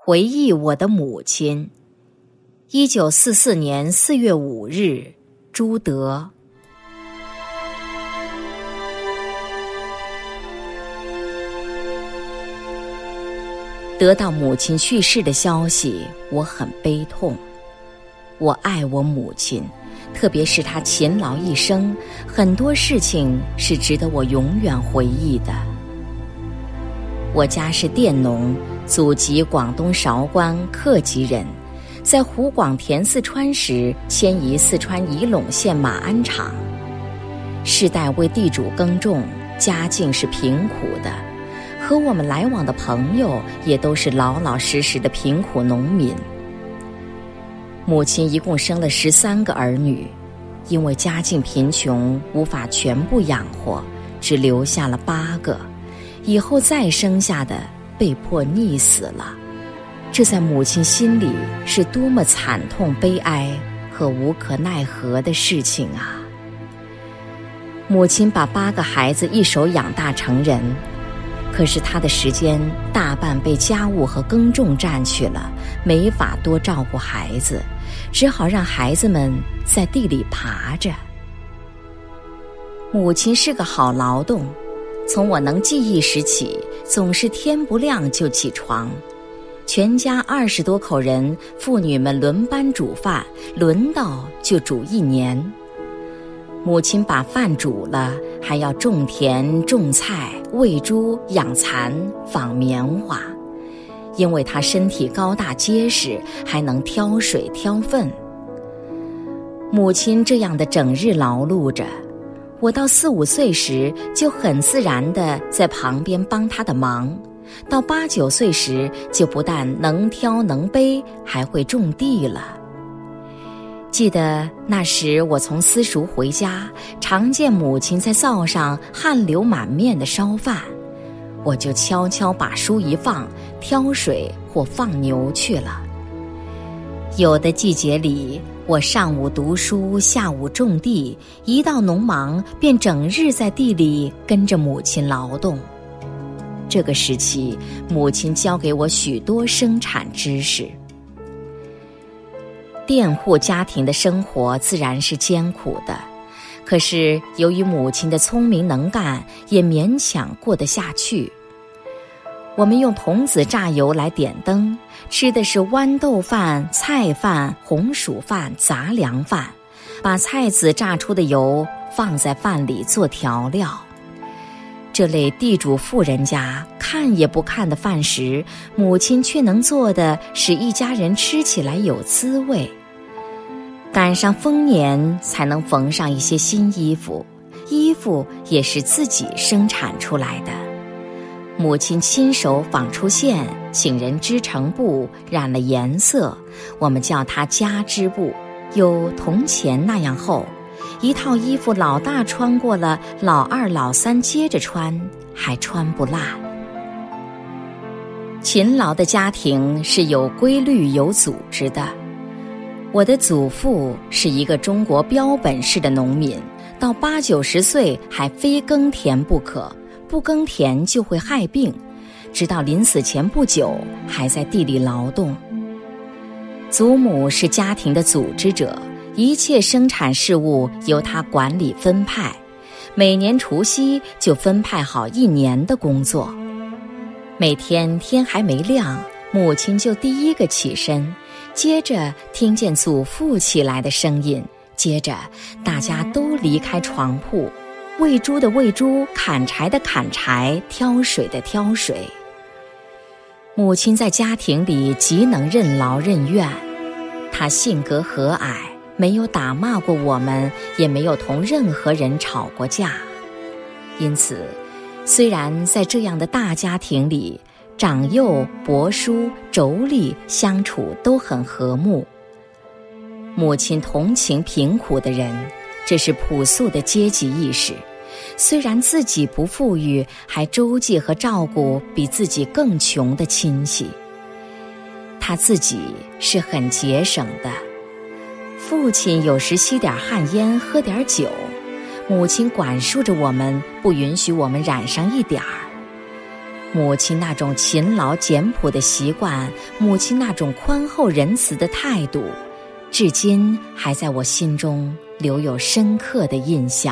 回忆我的母亲。1944年4月5日，朱德。得到母亲去世的消息，我很悲痛。我爱我母亲，特别是她勤劳一生，很多事情是值得我永远回忆的。我家是佃农，祖籍广东韶关克吉人，在湖广填四川时迁移四川仪陇县马鞍场，世代为地主耕种，家境是贫苦的，和我们来往的朋友也都是老老实实的贫苦农民。母亲一共生了13个儿女，因为家境贫穷，无法全部养活，只留下了8个，以后再生下的被迫溺死了。这在母亲心里是多么惨痛、悲哀和无可奈何的事情啊！母亲把8个孩子一手养大成人，可是她的时间大半被家务和耕种占去了，没法多照顾孩子，只好让孩子们在地里爬着。母亲是个好劳动，从我能记忆时起，总是天不亮就起床，全家20多口人，妇女们轮班煮饭，轮到就煮1年。母亲把饭煮了，还要种田、种菜、喂猪、养蚕、纺棉花，因为她身体高大结实，还能挑水挑粪。母亲这样的整日劳碌着，我到4、5岁时就很自然地在旁边帮她的忙，到8、9岁时就不但能挑能背，还会种地了。记得那时我从私塾回家，常见母亲在灶上汗流满面地烧饭，我就悄悄把书一放，挑水或放牛去了。有的季节里，我上午读书，下午种地，一到农忙便整日在地里跟着母亲劳动。这个时期，母亲教给我许多生产知识。佃户家庭的生活自然是艰苦的，可是由于母亲的聪明能干，也勉强过得下去。我们用童子榨油来点灯，吃的是豌豆饭、菜饭、红薯饭、杂粮饭，把菜籽榨出的油放在饭里做调料。这类地主富人家看也不看的饭食，母亲却能做的使一家人吃起来有滋味。赶上丰年才能缝上一些新衣服，衣服也是自己生产出来的。母亲亲手纺出线，请人织成布，染了颜色，我们叫它家织布，有铜钱那样厚，一套衣服老大穿过了，老二、老三接着穿，还穿不烂。勤劳的家庭是有规律、有组织的。我的祖父是一个中国标本式的农民，到8、90岁还非耕田不可，不耕田就会害病，直到临死前不久还在地里劳动。祖母是家庭的组织者，一切生产事务由她管理分派，每年除夕就分派好1年的工作。每天天还没亮，母亲就第一个起身，接着听见祖父起来的声音，接着大家都离开床铺，喂猪的喂猪，砍柴的砍柴，挑水的挑水。母亲在家庭里极能任劳任怨，她性格和蔼，没有打骂过我们，也没有同任何人吵过架。因此，虽然在这样的大家庭里，长幼、伯叔、妯娌相处都很和睦。母亲同情贫苦的人，这是朴素的阶级意识。虽然自己不富裕，还周济和照顾比自己更穷的亲戚。她自己是很节省的。父亲有时吸点旱烟，喝点酒，母亲管束着我们，不允许我们染上一点儿。 母亲那种勤劳简朴的习惯，母亲那种宽厚仁慈的态度，至今还在我心中留有深刻的印象。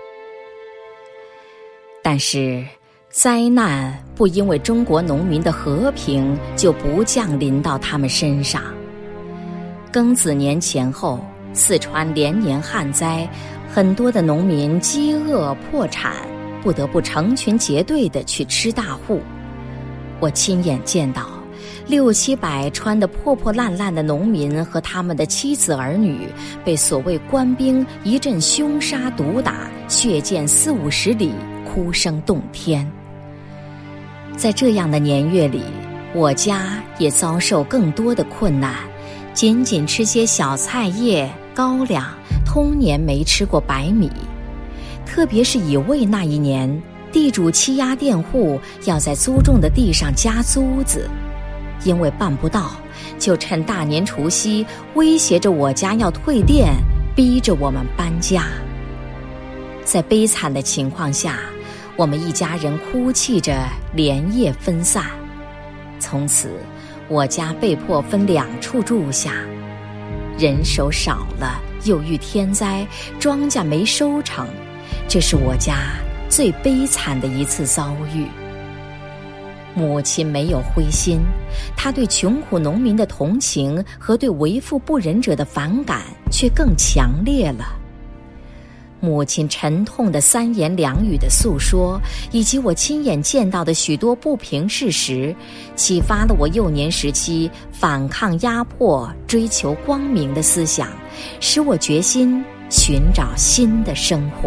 但是灾难不因为中国农民的和平就不降临到他们身上。庚子年前后，四川连年旱灾，很多的农民饥饿破产，不得不成群结队地去吃大户。我亲眼见到600-700穿得破破烂烂的农民和他们的妻子儿女被所谓官兵一阵凶杀毒打，血溅40-50里，哭声动天。在这样的年月里，我家也遭受更多的困难，仅仅吃些小菜叶、高粱，通年没吃过白米。特别是乙未那一年，地主欺压佃户，要在租种的地上加租子，因为办不到，就趁大年除夕威胁着我家要退店，逼着我们搬家。在悲惨的情况下，我们一家人哭泣着连夜分散。从此我家被迫分2处住下，人手少了，又遇天灾，庄稼没收成，这是我家最悲惨的一次遭遇。母亲没有灰心，她对穷苦农民的同情和对为富不仁者的反感却更强烈了。母亲沉痛的3言2语的诉说，以及我亲眼见到的许多不平事实，启发了我幼年时期反抗压迫、追求光明的思想，使我决心寻找新的生活。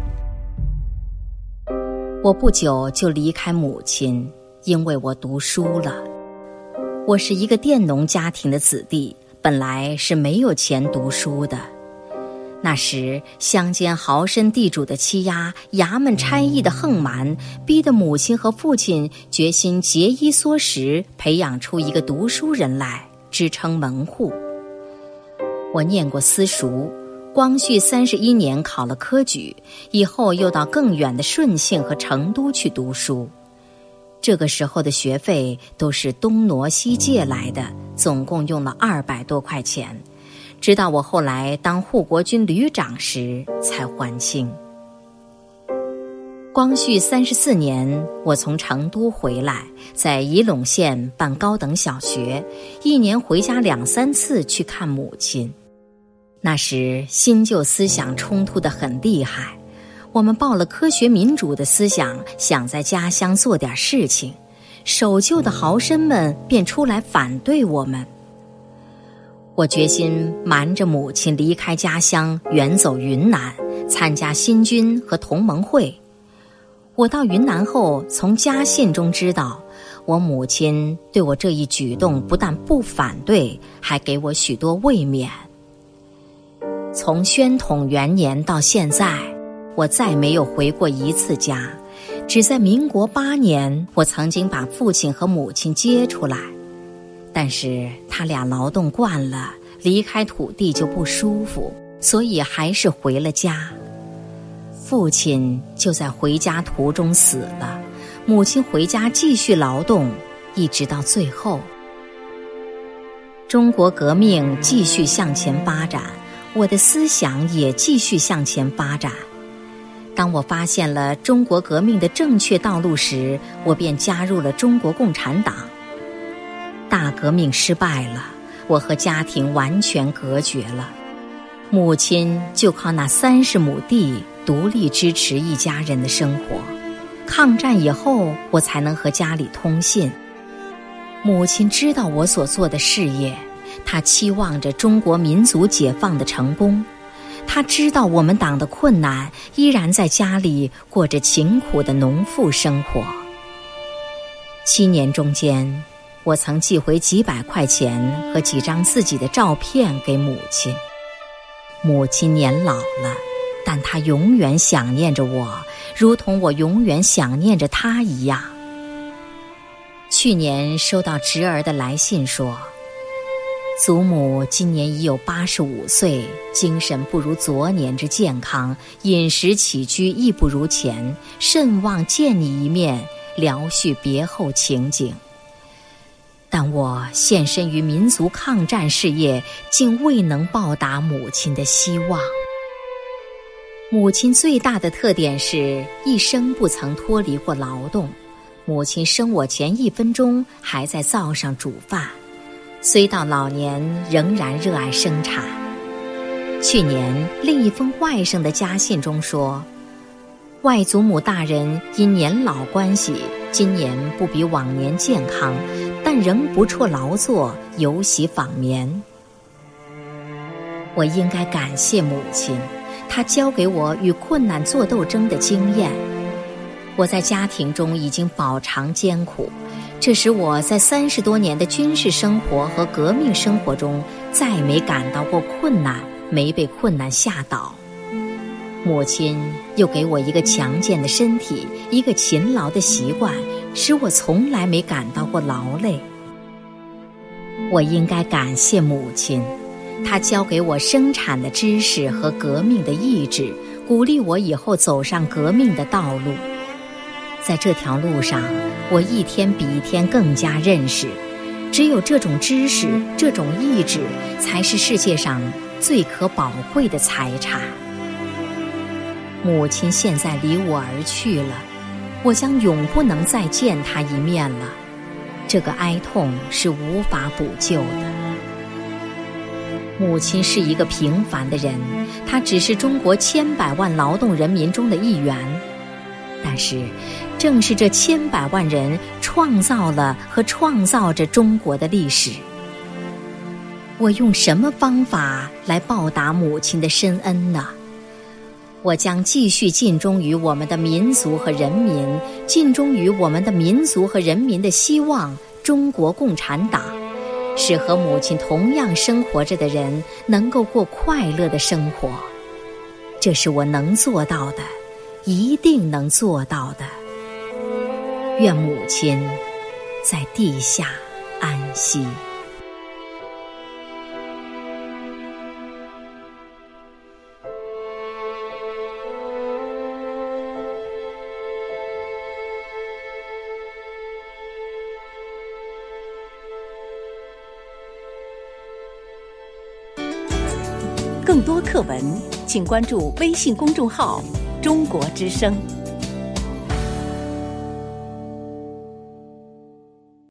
我不久就离开母亲，因为我读书了。我是一个佃农家庭的子弟，本来是没有钱读书的。那时乡间豪绅地主的欺压，衙门差役的横蛮，逼得母亲和父亲决心节衣缩食，培养出一个读书人来支撑门户。我念过私塾，光绪31年考了科举，以后又到更远的顺庆和成都去读书。这个时候的学费都是东挪西借来的，总共用了200多块钱，直到我后来当护国军旅长时才还清。光绪34年，我从成都回来，在仪陇县办高等小学，1年回家2-3次去看母亲。那时新旧思想冲突得很厉害，我们抱了科学民主的思想，想在家乡做点事情，守旧的豪绅们便出来反对我们。我决心瞒着母亲离开家乡，远走云南，参加新军和同盟会。我到云南后，从家信中知道，我母亲对我这一举动不但不反对，还给我许多慰勉。从宣统元年到现在，我再没有回过一次家，只在民国8年，我曾经把父亲和母亲接出来。但是他俩劳动惯了，离开土地就不舒服，所以还是回了家。父亲就在回家途中死了，母亲回家继续劳动，一直到最后。中国革命继续向前发展，我的思想也继续向前发展。当我发现了中国革命的正确道路时，我便加入了中国共产党。大革命失败了，我和家庭完全隔绝了，母亲就靠那30亩地独立支持一家人的生活。抗战以后，我才能和家里通信。母亲知道我所做的事业，她期望着中国民族解放的成功。她知道我们党的困难，依然在家里过着勤苦的农妇生活。7年中间，我曾寄回几百块钱和几张自己的照片给母亲。母亲年老了，但她永远想念着我，如同我永远想念着她一样。去年收到侄儿的来信说，祖母今年已有85岁，精神不如昨年之健康，饮食起居亦不如前，甚望见你一面， 聊叙别后情景。但我献身于民族抗战事业，竟未能报答母亲的希望。母亲最大的特点是一生不曾脱离过劳动。母亲生我前1分钟还在灶上煮饭，虽到老年仍然热爱生产。去年另一封外甥的家信中说，外祖母大人因年老关系，今年不比往年健康，但仍不辍劳作，游习访眠。我应该感谢母亲，她教给我与困难作斗争的经验。我在家庭中已经饱尝艰苦，这使我在30多年的军事生活和革命生活中再没感到过困难，没被困难吓倒。母亲又给我一个强健的身体，一个勤劳的习惯，使我从来没感到过劳累。我应该感谢母亲，她教给我生产的知识和革命的意志，鼓励我以后走上革命的道路。在这条路上，我一天比一天更加认识，只有这种知识，这种意志，才是世界上最可宝贵的财产。母亲现在离我而去了，我将永不能再见她一面了，这个哀痛是无法补救的。母亲是一个平凡的人，她只是中国千百万劳动人民中的一员，但是正是这千百万人创造了和创造着中国的历史。我用什么方法来报答母亲的深恩呢？我将继续尽忠于我们的民族和人民，尽忠于我们的民族和人民的希望——中国共产党，使和母亲同样生活着的人能够过快乐的生活。这是我能做到的，一定能做到的。愿母亲在地下安息。 更多课文，请关注微信公众号“中国之声”。